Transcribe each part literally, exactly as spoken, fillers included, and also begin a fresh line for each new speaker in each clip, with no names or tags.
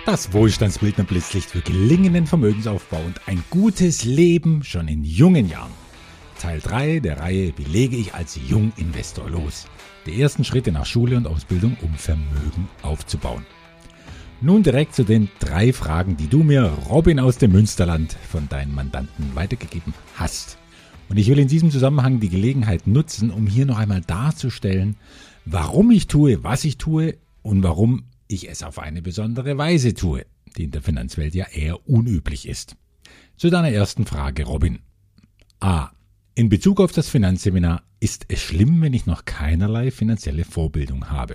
Das Wohlstandsbildner Blitzlicht für gelingenden Vermögensaufbau und ein gutes Leben schon in jungen Jahren. Teil drei der Reihe Wie lege ich als Junginvestor los? Die ersten Schritte nach Schule und Ausbildung, um Vermögen aufzubauen. Nun direkt zu den drei Fragen, die du mir, Robin aus dem Münsterland, von deinen Mandanten weitergegeben hast. Und ich will in diesem Zusammenhang die Gelegenheit nutzen, um hier noch einmal darzustellen, warum ich tue, was ich tue und warum ich es auf eine besondere Weise tue, die in der Finanzwelt ja eher unüblich ist. Zu deiner ersten Frage, Robin. A. In Bezug auf das Finanzseminar, ist es schlimm, wenn ich noch keinerlei finanzielle Vorbildung habe?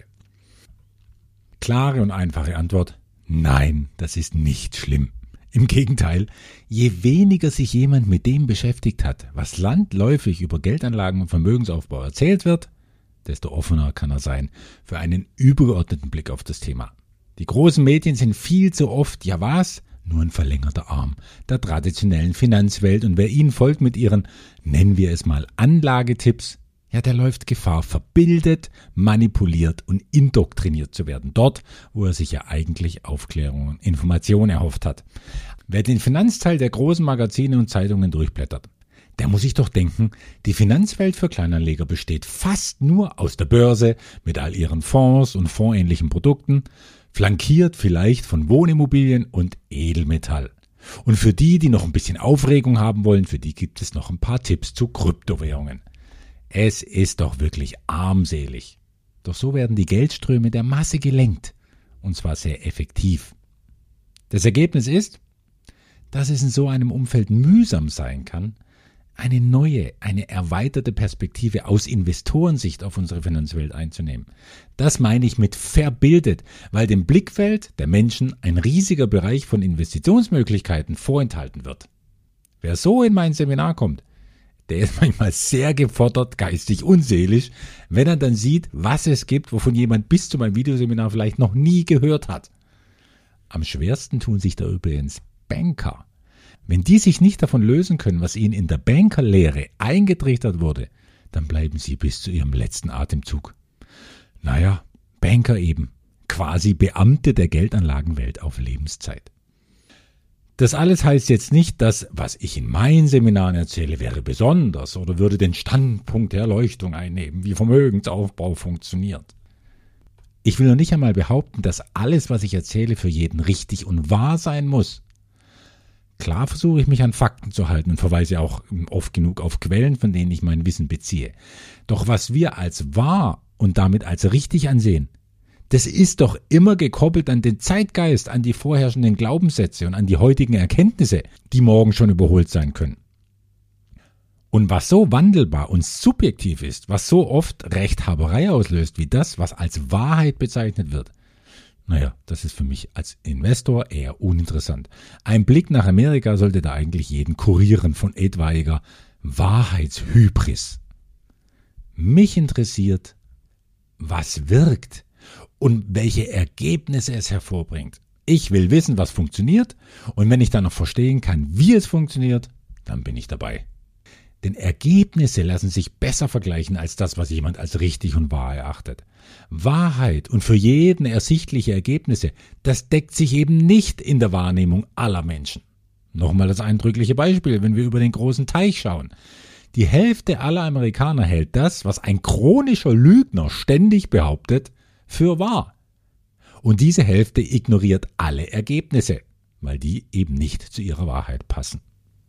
Klare und einfache Antwort: Nein, das ist nicht schlimm. Im Gegenteil, je weniger sich jemand mit dem beschäftigt hat, was landläufig über Geldanlagen und Vermögensaufbau erzählt wird, desto offener kann er sein für einen übergeordneten Blick auf das Thema. Die großen Medien sind viel zu oft, ja was, nur ein verlängerter Arm der traditionellen Finanzwelt, und wer ihnen folgt mit ihren, nennen wir es mal, Anlagetipps, ja, der läuft Gefahr, verbildet, manipuliert und indoktriniert zu werden, dort, wo er sich ja eigentlich Aufklärung und Information erhofft hat. Wer den Finanzteil der großen Magazine und Zeitungen durchblättert, der muss sich doch denken, die Finanzwelt für Kleinanleger besteht fast nur aus der Börse mit all ihren Fonds und fondsähnlichen Produkten, flankiert vielleicht von Wohnimmobilien und Edelmetall. Und für die, die noch ein bisschen Aufregung haben wollen, für die gibt es noch ein paar Tipps zu Kryptowährungen. Es ist doch wirklich armselig. Doch so werden die Geldströme der Masse gelenkt, und zwar sehr effektiv. Das Ergebnis ist, dass es in so einem Umfeld mühsam sein kann, eine neue, eine erweiterte Perspektive aus Investorensicht auf unsere Finanzwelt einzunehmen. Das meine ich mit verbildet, weil dem Blickfeld der Menschen ein riesiger Bereich von Investitionsmöglichkeiten vorenthalten wird. Wer so in mein Seminar kommt, der ist manchmal sehr gefordert, geistig und seelisch, wenn er dann sieht, was es gibt, wovon jemand bis zu meinem Videoseminar vielleicht noch nie gehört hat. Am schwersten tun sich da übrigens Banker. Wenn die sich nicht davon lösen können, was ihnen in der Bankerlehre eingetrichtert wurde, dann bleiben sie bis zu ihrem letzten Atemzug. Naja, Banker eben, quasi Beamte der Geldanlagenwelt auf Lebenszeit. Das alles heißt jetzt nicht, dass, was ich in meinen Seminaren erzähle, wäre besonders oder würde den Standpunkt der Erleuchtung einnehmen, wie Vermögensaufbau funktioniert. Ich will noch nicht einmal behaupten, dass alles, was ich erzähle, für jeden richtig und wahr sein muss. Klar versuche ich mich an Fakten zu halten und verweise auch oft genug auf Quellen, von denen ich mein Wissen beziehe. Doch was wir als wahr und damit als richtig ansehen, das ist doch immer gekoppelt an den Zeitgeist, an die vorherrschenden Glaubenssätze und an die heutigen Erkenntnisse, die morgen schon überholt sein können. Und was so wandelbar und subjektiv ist, was so oft Rechthaberei auslöst, wie das, was als Wahrheit bezeichnet wird, naja, das ist für mich als Investor eher uninteressant. Ein Blick nach Amerika sollte da eigentlich jeden kurieren von etwaiger Wahrheitshybris. Mich interessiert, was wirkt und welche Ergebnisse es hervorbringt. Ich will wissen, was funktioniert, und wenn ich dann noch verstehen kann, wie es funktioniert, dann bin ich dabei. Denn Ergebnisse lassen sich besser vergleichen als das, was jemand als richtig und wahr erachtet. Wahrheit und für jeden ersichtliche Ergebnisse, das deckt sich eben nicht in der Wahrnehmung aller Menschen. Nochmal das eindrückliche Beispiel, wenn wir über den großen Teich schauen. Die Hälfte aller Amerikaner hält das, was ein chronischer Lügner ständig behauptet, für wahr. Und diese Hälfte ignoriert alle Ergebnisse, weil die eben nicht zu ihrer Wahrheit passen.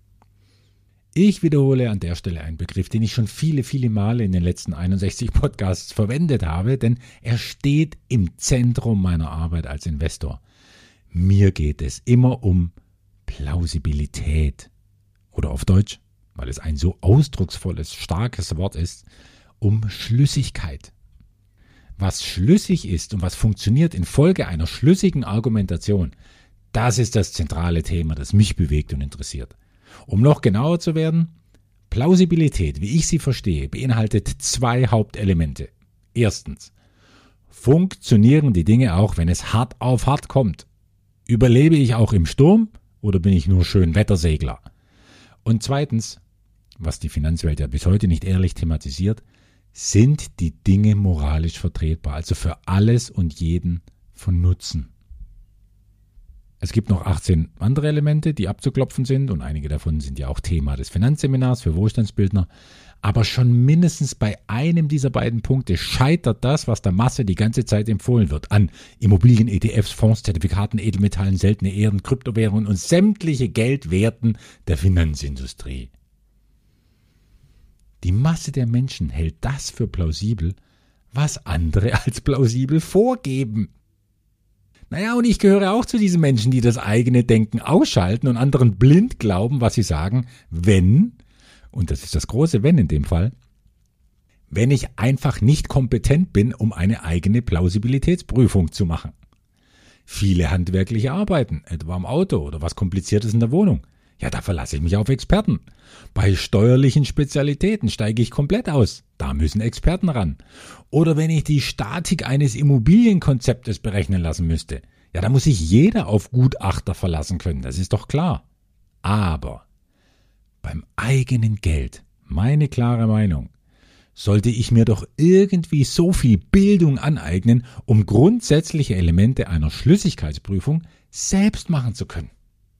Ich wiederhole an der Stelle einen Begriff, den ich schon viele, viele Male in den letzten einundsechzig Podcasts verwendet habe, denn er steht im Zentrum meiner Arbeit als Investor. Mir geht es immer um Plausibilität. Oder auf Deutsch, weil es ein so ausdrucksvolles, starkes Wort ist, um Schlüssigkeit. Was schlüssig ist und was funktioniert infolge einer schlüssigen Argumentation, das ist das zentrale Thema, das mich bewegt und interessiert. Um noch genauer zu werden, Plausibilität, wie ich sie verstehe, beinhaltet zwei Hauptelemente. Erstens, funktionieren die Dinge auch, wenn es hart auf hart kommt? Überlebe ich auch im Sturm oder bin ich nur schön Wettersegler? Und zweitens, was die Finanzwelt ja bis heute nicht ehrlich thematisiert, sind die Dinge moralisch vertretbar, also für alles und jeden von Nutzen. Es gibt noch achtzehn andere Elemente, die abzuklopfen sind und einige davon sind ja auch Thema des Finanzseminars für Wohlstandsbildner. Aber schon mindestens bei einem dieser beiden Punkte scheitert das, was der Masse die ganze Zeit empfohlen wird, an Immobilien, E T Fs, Fonds, Zertifikaten, Edelmetallen, seltene Erden, Kryptowährungen und sämtliche Geldwerten der Finanzindustrie. Die Masse der Menschen hält das für plausibel, was andere als plausibel vorgeben. Naja, und ich gehöre auch zu diesen Menschen, die das eigene Denken ausschalten und anderen blind glauben, was sie sagen, wenn, und das ist das große Wenn in dem Fall, wenn ich einfach nicht kompetent bin, um eine eigene Plausibilitätsprüfung zu machen. Viele handwerkliche Arbeiten, etwa am Auto oder was Kompliziertes in der Wohnung, ja, da verlasse ich mich auf Experten. Bei steuerlichen Spezialitäten steige ich komplett aus. Da müssen Experten ran. Oder wenn ich die Statik eines Immobilienkonzeptes berechnen lassen müsste, ja, da muss sich jeder auf Gutachter verlassen können, das ist doch klar. Aber beim eigenen Geld, meine klare Meinung, sollte ich mir doch irgendwie so viel Bildung aneignen, um grundsätzliche Elemente einer Schlüssigkeitsprüfung selbst machen zu können.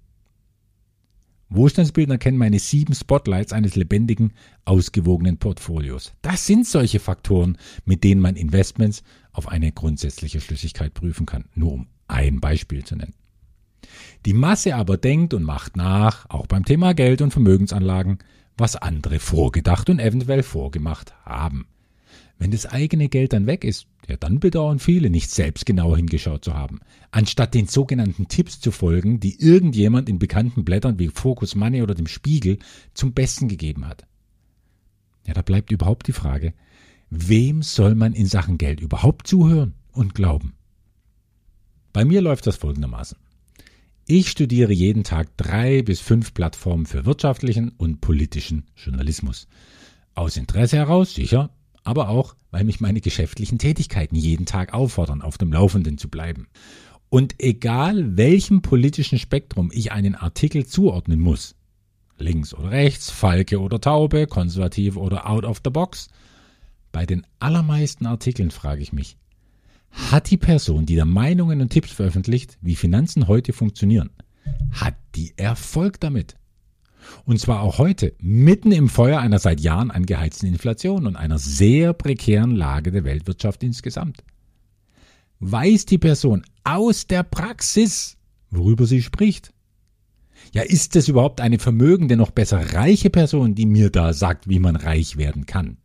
Wohlstandsbildner kennen meine sieben Spotlights eines lebendigen, ausgewogenen Portfolios. Das sind solche Faktoren, mit denen man Investments auf eine grundsätzliche Schlüssigkeit prüfen kann, nur um ein Beispiel zu nennen. Die Masse aber denkt und macht nach, auch beim Thema Geld und Vermögensanlagen, was andere vorgedacht und eventuell vorgemacht haben. Wenn das eigene Geld dann weg ist, ja, dann bedauern viele, nicht selbst genauer hingeschaut zu haben. Anstatt den sogenannten Tipps zu folgen, die irgendjemand in bekannten Blättern wie Focus Money oder dem Spiegel zum Besten gegeben hat. Ja, da bleibt überhaupt die Frage, wem soll man in Sachen Geld überhaupt zuhören und glauben? Bei mir läuft das folgendermaßen. Ich studiere jeden Tag drei bis fünf Plattformen für wirtschaftlichen und politischen Journalismus. Aus Interesse heraus, sicher, aber auch, weil mich meine geschäftlichen Tätigkeiten jeden Tag auffordern, auf dem Laufenden zu bleiben. Und egal welchem politischen Spektrum ich einen Artikel zuordnen muss, links oder rechts, Falke oder Taube, konservativ oder out of the box, bei den allermeisten Artikeln frage ich mich, hat die Person, die da Meinungen und Tipps veröffentlicht, wie Finanzen heute funktionieren, hat die Erfolg damit? Und zwar auch heute, mitten im Feuer einer seit Jahren angeheizten Inflation und einer sehr prekären Lage der Weltwirtschaft insgesamt. Weiß die Person aus der Praxis, worüber sie spricht? Ja, ist es überhaupt eine vermögende, noch besser reiche Person, die mir da sagt, wie man reich werden kann?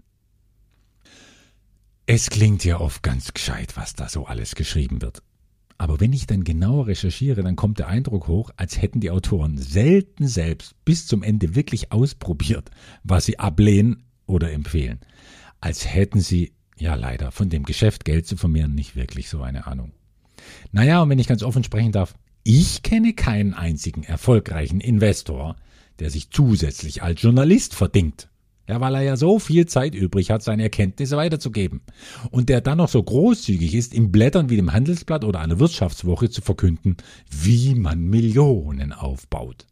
Es klingt ja oft ganz gescheit, was da so alles geschrieben wird. Aber wenn ich dann genauer recherchiere, dann kommt der Eindruck hoch, als hätten die Autoren selten selbst bis zum Ende wirklich ausprobiert, was sie ablehnen oder empfehlen. Als hätten sie, ja leider, von dem Geschäft Geld zu vermehren nicht wirklich so eine Ahnung. Naja, und wenn ich ganz offen sprechen darf, ich kenne keinen einzigen erfolgreichen Investor, der sich zusätzlich als Journalist verdingt. Ja, weil er ja so viel Zeit übrig hat, seine Erkenntnisse weiterzugeben. Und der dann noch so großzügig ist, in Blättern wie dem Handelsblatt oder einer Wirtschaftswoche zu verkünden, wie man Millionen aufbaut.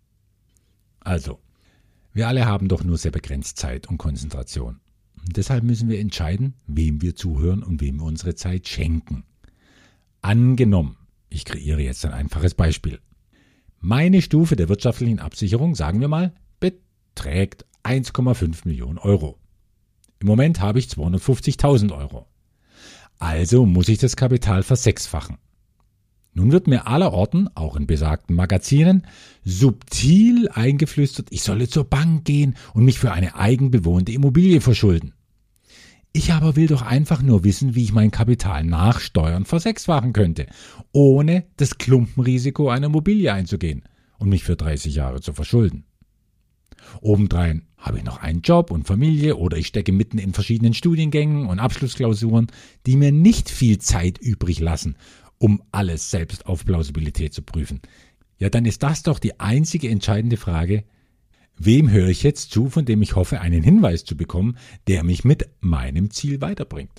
Also, wir alle haben doch nur sehr begrenzt Zeit und Konzentration. Und deshalb müssen wir entscheiden, wem wir zuhören und wem wir unsere Zeit schenken. Angenommen, ich kreiere jetzt ein einfaches Beispiel. Meine Stufe der wirtschaftlichen Absicherung, sagen wir mal, beträgt eins Komma fünf Millionen Euro. Im Moment habe ich zweihundertfünfzigtausend Euro. Also muss ich das Kapital versechsfachen. Nun wird mir allerorten, auch in besagten Magazinen, subtil eingeflüstert, ich solle zur Bank gehen und mich für eine eigenbewohnte Immobilie verschulden. Ich aber will doch einfach nur wissen, wie ich mein Kapital nach Steuern versechsfachen könnte, ohne das Klumpenrisiko einer Immobilie einzugehen und mich für dreißig Jahre zu verschulden. Obendrein habe ich noch einen Job und Familie oder ich stecke mitten in verschiedenen Studiengängen und Abschlussklausuren, die mir nicht viel Zeit übrig lassen, um alles selbst auf Plausibilität zu prüfen. Ja, dann ist das doch die einzige entscheidende Frage, wem höre ich jetzt zu, von dem ich hoffe, einen Hinweis zu bekommen, der mich mit meinem Ziel weiterbringt?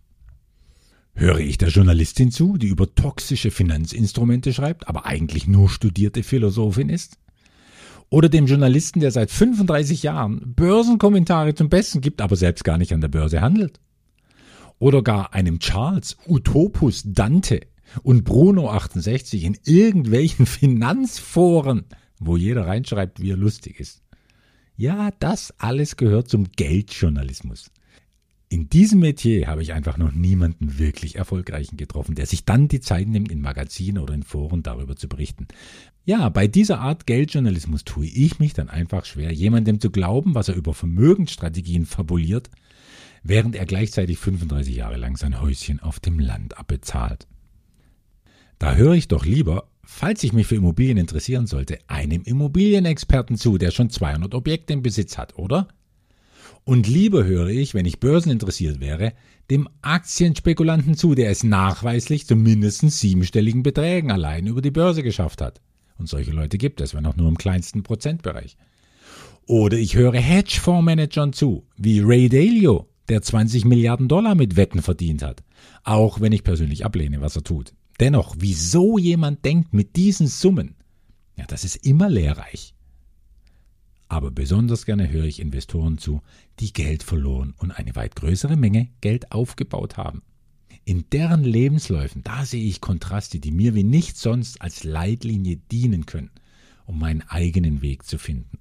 Höre ich der Journalistin zu, die über toxische Finanzinstrumente schreibt, aber eigentlich nur studierte Philosophin ist? Oder dem Journalisten, der seit fünfunddreißig Jahren Börsenkommentare zum Besten gibt, aber selbst gar nicht an der Börse handelt? Oder gar einem Charles Utopus Dante, und Bruno achtundsechzig in irgendwelchen Finanzforen, wo jeder reinschreibt, wie er lustig ist. Ja, das alles gehört zum Geldjournalismus. In diesem Metier habe ich einfach noch niemanden wirklich Erfolgreichen getroffen, der sich dann die Zeit nimmt, in Magazinen oder in Foren darüber zu berichten. Ja, bei dieser Art Geldjournalismus tue ich mich dann einfach schwer, jemandem zu glauben, was er über Vermögensstrategien fabuliert, während er gleichzeitig fünfunddreißig Jahre lang sein Häuschen auf dem Land abbezahlt. Da höre ich doch lieber, falls ich mich für Immobilien interessieren sollte, einem Immobilienexperten zu, der schon zweihundert Objekte im Besitz hat, oder? Und lieber höre ich, wenn ich börseninteressiert wäre, dem Aktienspekulanten zu, der es nachweislich zu mindestens siebenstelligen Beträgen allein über die Börse geschafft hat. Und solche Leute gibt es, wenn auch nur im kleinsten Prozentbereich. Oder ich höre Hedgefondsmanagern zu, wie Ray Dalio, der zwanzig Milliarden Dollar mit Wetten verdient hat. Auch wenn ich persönlich ablehne, was er tut. Dennoch, wieso jemand denkt mit diesen Summen, ja, das ist immer lehrreich. Aber besonders gerne höre ich Investoren zu, die Geld verloren und eine weit größere Menge Geld aufgebaut haben. In deren Lebensläufen, da sehe ich Kontraste, die mir wie nichts sonst als Leitlinie dienen können, um meinen eigenen Weg zu finden.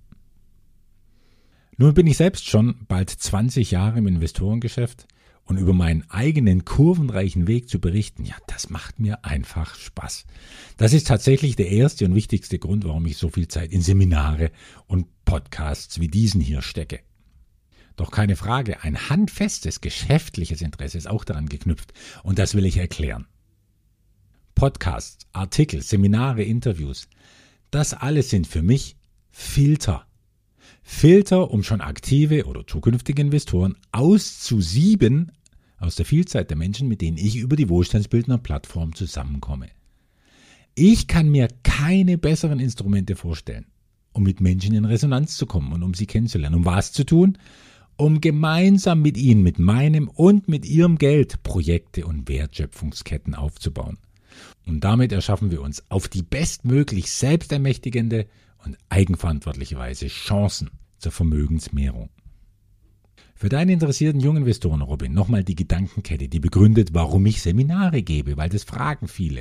Nun bin ich selbst schon bald zwanzig Jahre im Investorengeschäft und über meinen eigenen kurvenreichen Weg zu berichten, ja, das macht mir einfach Spaß. Das ist tatsächlich der erste und wichtigste Grund, warum ich so viel Zeit in Seminare und Podcasts wie diesen hier stecke. Doch keine Frage, ein handfestes geschäftliches Interesse ist auch daran geknüpft und das will ich erklären. Podcasts, Artikel, Seminare, Interviews, das alles sind für mich Filter. Filter, um schon aktive oder zukünftige Investoren auszusieben aus der Vielzahl der Menschen, mit denen ich über die Wohlstandsbildner-Plattform zusammenkomme. Ich kann mir keine besseren Instrumente vorstellen, um mit Menschen in Resonanz zu kommen und um sie kennenzulernen. Um was zu tun? Um gemeinsam mit ihnen, mit meinem und mit ihrem Geld Projekte und Wertschöpfungsketten aufzubauen. Und damit erschaffen wir uns auf die bestmöglich selbstermächtigende und eigenverantwortliche Weise Chancen zur Vermögensmehrung. Für deine interessierten jungen Investoren, Robin, nochmal die Gedankenkette, die begründet, warum ich Seminare gebe, weil das fragen viele.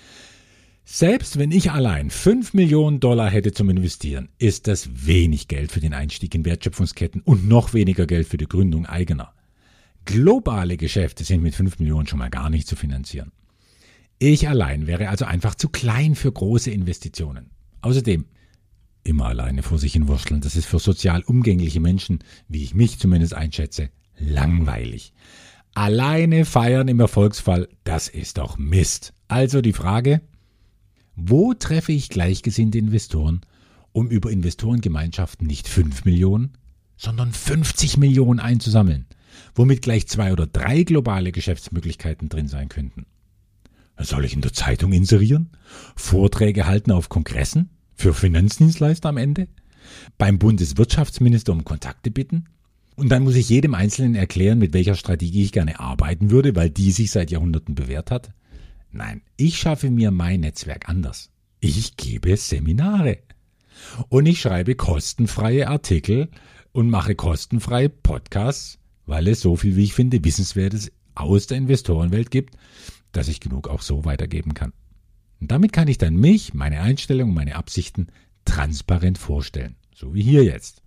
Selbst wenn ich allein fünf Millionen Dollar hätte zum Investieren, ist das wenig Geld für den Einstieg in Wertschöpfungsketten und noch weniger Geld für die Gründung eigener. Globale Geschäfte sind mit fünf Millionen schon mal gar nicht zu finanzieren. Ich allein wäre also einfach zu klein für große Investitionen. Außerdem, immer alleine vor sich hin wursteln, das ist für sozial umgängliche Menschen, wie ich mich zumindest einschätze, langweilig. Alleine feiern im Erfolgsfall, das ist doch Mist. Also die Frage, wo treffe ich gleichgesinnte Investoren, um über Investorengemeinschaften nicht fünf Millionen, sondern fünfzig Millionen einzusammeln, womit gleich zwei oder drei globale Geschäftsmöglichkeiten drin sein könnten? Soll ich in der Zeitung inserieren? Vorträge halten auf Kongressen? Für Finanzdienstleister am Ende? Beim Bundeswirtschaftsminister um Kontakte bitten? Und dann muss ich jedem Einzelnen erklären, mit welcher Strategie ich gerne arbeiten würde, weil die sich seit Jahrhunderten bewährt hat? Nein, ich schaffe mir mein Netzwerk anders. Ich gebe Seminare. Und ich schreibe kostenfreie Artikel und mache kostenfreie Podcasts, weil es so viel, wie ich finde, Wissenswertes aus der Investorenwelt gibt, dass ich genug auch so weitergeben kann. Und damit kann ich dann mich, meine Einstellung, meine Absichten transparent vorstellen, so wie hier jetzt.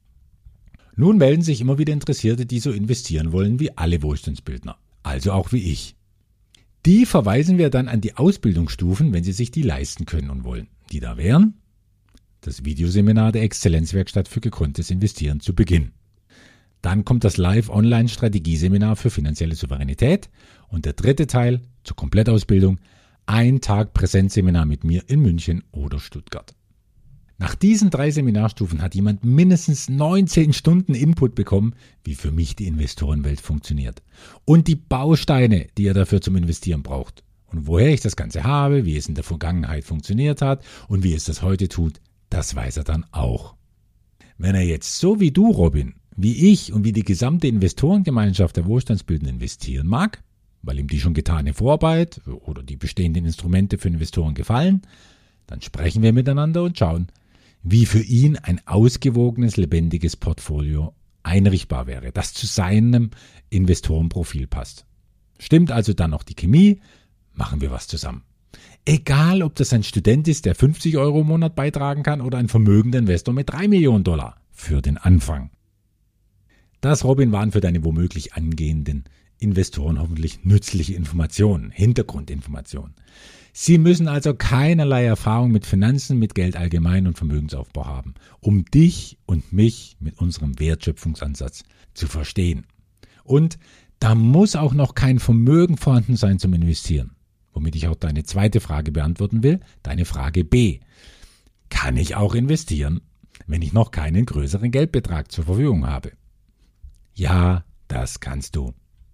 Nun melden sich immer wieder Interessierte, die so investieren wollen wie alle Wohlstandsbildner, also auch wie ich. Die verweisen wir dann an die Ausbildungsstufen, wenn sie sich die leisten können und wollen. Die da wären das Videoseminar der Exzellenzwerkstatt für gegründtes Investieren zu Beginn. Dann kommt das Live-Online-Strategieseminar für finanzielle Souveränität und der dritte Teil zur Komplettausbildung, ein Tag Präsenzseminar mit mir in München oder Stuttgart. Nach diesen drei Seminarstufen hat jemand mindestens neunzehn Stunden Input bekommen, wie für mich die Investorenwelt funktioniert. Und die Bausteine, die er dafür zum Investieren braucht. Und woher ich das Ganze habe, wie es in der Vergangenheit funktioniert hat und wie es das heute tut, das weiß er dann auch. Wenn er jetzt so wie du, Robin, wie ich und wie die gesamte Investorengemeinschaft der Wohlstandsbildner investieren mag, weil ihm die schon getane Vorarbeit oder die bestehenden Instrumente für Investoren gefallen, dann sprechen wir miteinander und schauen, wie für ihn ein ausgewogenes, lebendiges Portfolio einrichtbar wäre, das zu seinem Investorenprofil passt. Stimmt also dann noch die Chemie, machen wir was zusammen. Egal, ob das ein Student ist, der fünfzig Euro im Monat beitragen kann oder ein vermögender Investor mit drei Millionen Dollar für den Anfang. Das, Robin, waren für deine womöglich angehenden Investoren hoffentlich nützliche Informationen, Hintergrundinformationen. Sie müssen also keinerlei Erfahrung mit Finanzen, mit Geld allgemein und Vermögensaufbau haben, um dich und mich mit unserem Wertschöpfungsansatz zu verstehen. Und da muss auch noch kein Vermögen vorhanden sein zum Investieren. Womit ich auch deine zweite Frage beantworten will, deine Frage B. Kann ich auch investieren, wenn ich noch keinen größeren Geldbetrag zur Verfügung habe? Ja, das kannst du.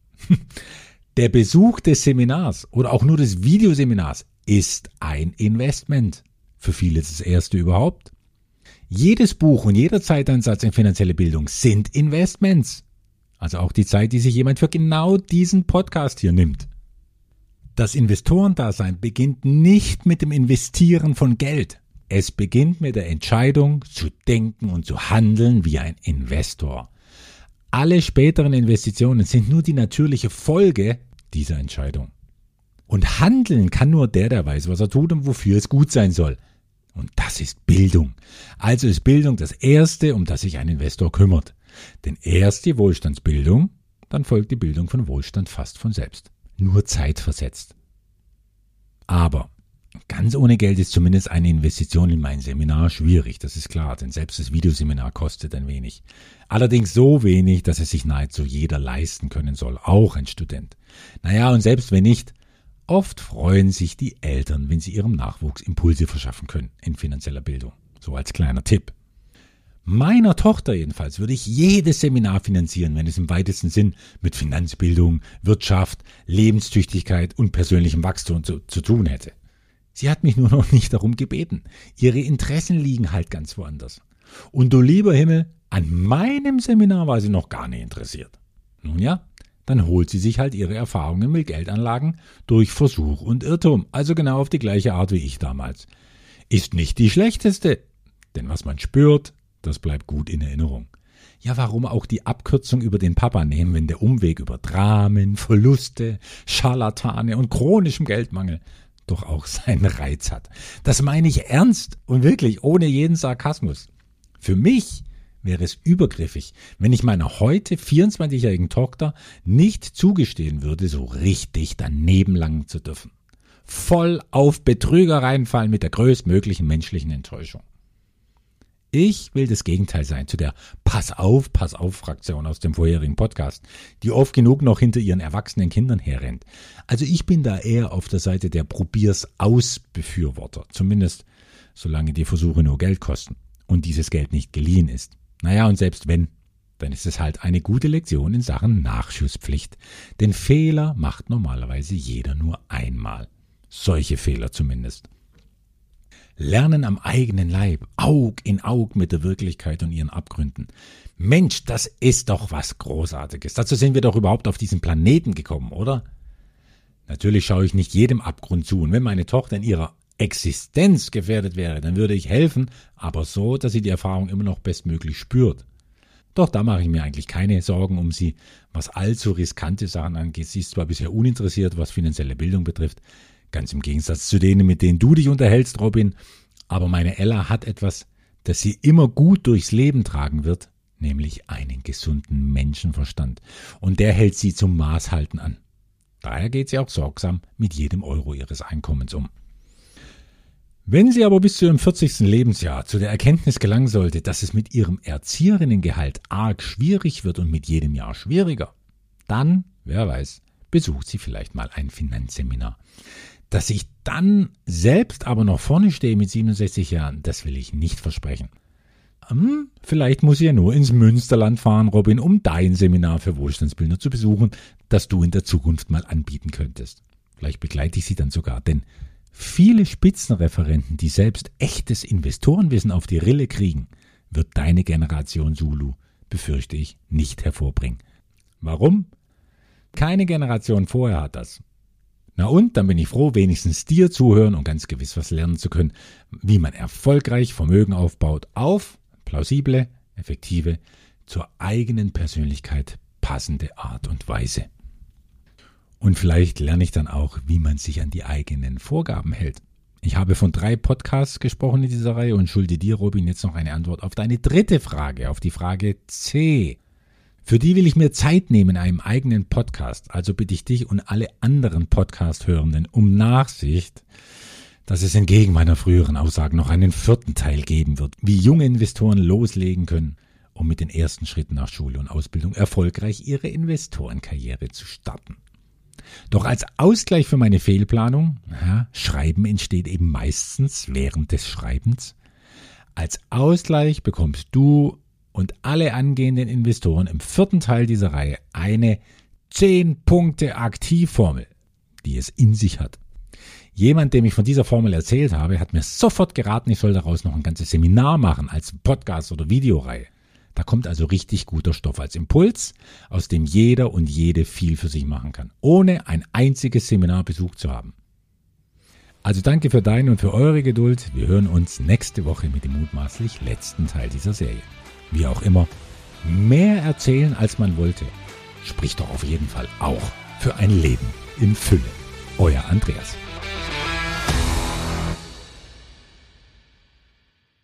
Der Besuch des Seminars oder auch nur des Videoseminars ist ein Investment. Für viele das erste überhaupt. Jedes Buch und jeder Zeiteinsatz in finanzielle Bildung sind Investments. Also auch die Zeit, die sich jemand für genau diesen Podcast hier nimmt. Das Investorendasein beginnt nicht mit dem Investieren von Geld. Es beginnt mit der Entscheidung, zu denken und zu handeln wie ein Investor. Alle späteren Investitionen sind nur die natürliche Folge dieser Entscheidung. Und handeln kann nur der, der weiß, was er tut und wofür es gut sein soll. Und das ist Bildung. Also ist Bildung das Erste, um das sich ein Investor kümmert. Denn erst die Wohlstandsbildung, dann folgt die Bildung von Wohlstand fast von selbst. Nur zeitversetzt. Aber ganz ohne Geld ist zumindest eine Investition in mein Seminar schwierig, das ist klar, denn selbst das Videoseminar kostet ein wenig. Allerdings so wenig, dass es sich nahezu jeder leisten können soll, auch ein Student. Naja, und selbst wenn nicht, oft freuen sich die Eltern, wenn sie ihrem Nachwuchs Impulse verschaffen können in finanzieller Bildung. So als kleiner Tipp. Meiner Tochter jedenfalls würde ich jedes Seminar finanzieren, wenn es im weitesten Sinn mit Finanzbildung, Wirtschaft, Lebenstüchtigkeit und persönlichem Wachstum zu, zu tun hätte. Sie hat mich nur noch nicht darum gebeten. Ihre Interessen liegen halt ganz woanders. Und du lieber Himmel, an meinem Seminar war sie noch gar nicht interessiert. Nun ja, dann holt sie sich halt ihre Erfahrungen mit Geldanlagen durch Versuch und Irrtum, also genau auf die gleiche Art wie ich damals. Ist nicht die schlechteste, denn was man spürt, das bleibt gut in Erinnerung. Ja, warum auch die Abkürzung über den Papa nehmen, wenn der Umweg über Dramen, Verluste, Scharlatane und chronischem Geldmangel doch auch seinen Reiz hat. Das meine ich ernst und wirklich ohne jeden Sarkasmus. Für mich wäre es übergriffig, wenn ich meiner heute vierundzwanzigjährigen Tochter nicht zugestehen würde, so richtig daneben langen zu dürfen. Voll auf Betrüger reinfallen mit der größtmöglichen menschlichen Enttäuschung. Ich will das Gegenteil sein zu der Pass auf, Pass auf Fraktion aus dem vorherigen Podcast, die oft genug noch hinter ihren erwachsenen Kindern herrennt. Also ich bin da eher auf der Seite der Probier's-aus-Befürworter, zumindest solange die Versuche nur Geld kosten und dieses Geld nicht geliehen ist. Naja, und selbst wenn, dann ist es halt eine gute Lektion in Sachen Nachschusspflicht. Denn Fehler macht normalerweise jeder nur einmal. Solche Fehler zumindest. Lernen am eigenen Leib, Aug in Aug mit der Wirklichkeit und ihren Abgründen. Mensch, das ist doch was Großartiges. Dazu sind wir doch überhaupt auf diesen Planeten gekommen, oder? Natürlich schaue ich nicht jedem Abgrund zu. Und wenn meine Tochter in ihrer Existenz gefährdet wäre, dann würde ich helfen, aber so, dass sie die Erfahrung immer noch bestmöglich spürt. Doch da mache ich mir eigentlich keine Sorgen um sie, was allzu riskante Sachen angeht. Sie ist zwar bisher uninteressiert, was finanzielle Bildung betrifft, ganz im Gegensatz zu denen, mit denen du dich unterhältst, Robin. Aber meine Ella hat etwas, das sie immer gut durchs Leben tragen wird, nämlich einen gesunden Menschenverstand. Und der hält sie zum Maßhalten an. Daher geht sie auch sorgsam mit jedem Euro ihres Einkommens um. Wenn sie aber bis zu ihrem vierzigsten Lebensjahr zu der Erkenntnis gelangen sollte, dass es mit ihrem Erzieherinnengehalt arg schwierig wird und mit jedem Jahr schwieriger, dann, wer weiß, besucht sie vielleicht mal ein Finanzseminar. Dass ich dann selbst aber noch vorne stehe mit siebenundsechzig Jahren, das will ich nicht versprechen. Hm, vielleicht muss ich ja nur ins Münsterland fahren, Robin, um dein Seminar für Wohlstandsbildner zu besuchen, das du in der Zukunft mal anbieten könntest. Vielleicht begleite ich sie dann sogar, denn viele Spitzenreferenten, die selbst echtes Investorenwissen auf die Rille kriegen, wird deine Generation Zulu, befürchte ich, nicht hervorbringen. Warum? Keine Generation vorher hat das. Na und, dann bin ich froh, wenigstens dir zuhören und ganz gewiss was lernen zu können, wie man erfolgreich Vermögen aufbaut auf plausible, effektive, zur eigenen Persönlichkeit passende Art und Weise. Und vielleicht lerne ich dann auch, wie man sich an die eigenen Vorgaben hält. Ich habe von drei Podcasts gesprochen in dieser Reihe und schulde dir, Robin, jetzt noch eine Antwort auf deine dritte Frage, auf die Frage C. Für die will ich mir Zeit nehmen in einem eigenen Podcast. Also bitte ich dich und alle anderen Podcast-Hörenden um Nachsicht, dass es entgegen meiner früheren Aussagen noch einen vierten Teil geben wird, wie junge Investoren loslegen können, um mit den ersten Schritten nach Schule und Ausbildung erfolgreich ihre Investorenkarriere zu starten. Doch als Ausgleich für meine Fehlplanung, ja, Schreiben entsteht eben meistens während des Schreibens, als Ausgleich bekommst du und alle angehenden Investoren im vierten Teil dieser Reihe eine zehn-Punkte-Aktivformel, die es in sich hat. Jemand, dem ich von dieser Formel erzählt habe, hat mir sofort geraten, ich soll daraus noch ein ganzes Seminar machen als Podcast- oder Videoreihe. Da kommt also richtig guter Stoff als Impuls, aus dem jeder und jede viel für sich machen kann, ohne ein einziges Seminar besucht zu haben. Also danke für deine und für eure Geduld. Wir hören uns nächste Woche mit dem mutmaßlich letzten Teil dieser Serie. Wie auch immer, mehr erzählen als man wollte, spricht doch auf jeden Fall auch für ein Leben in Fülle. Euer Andreas.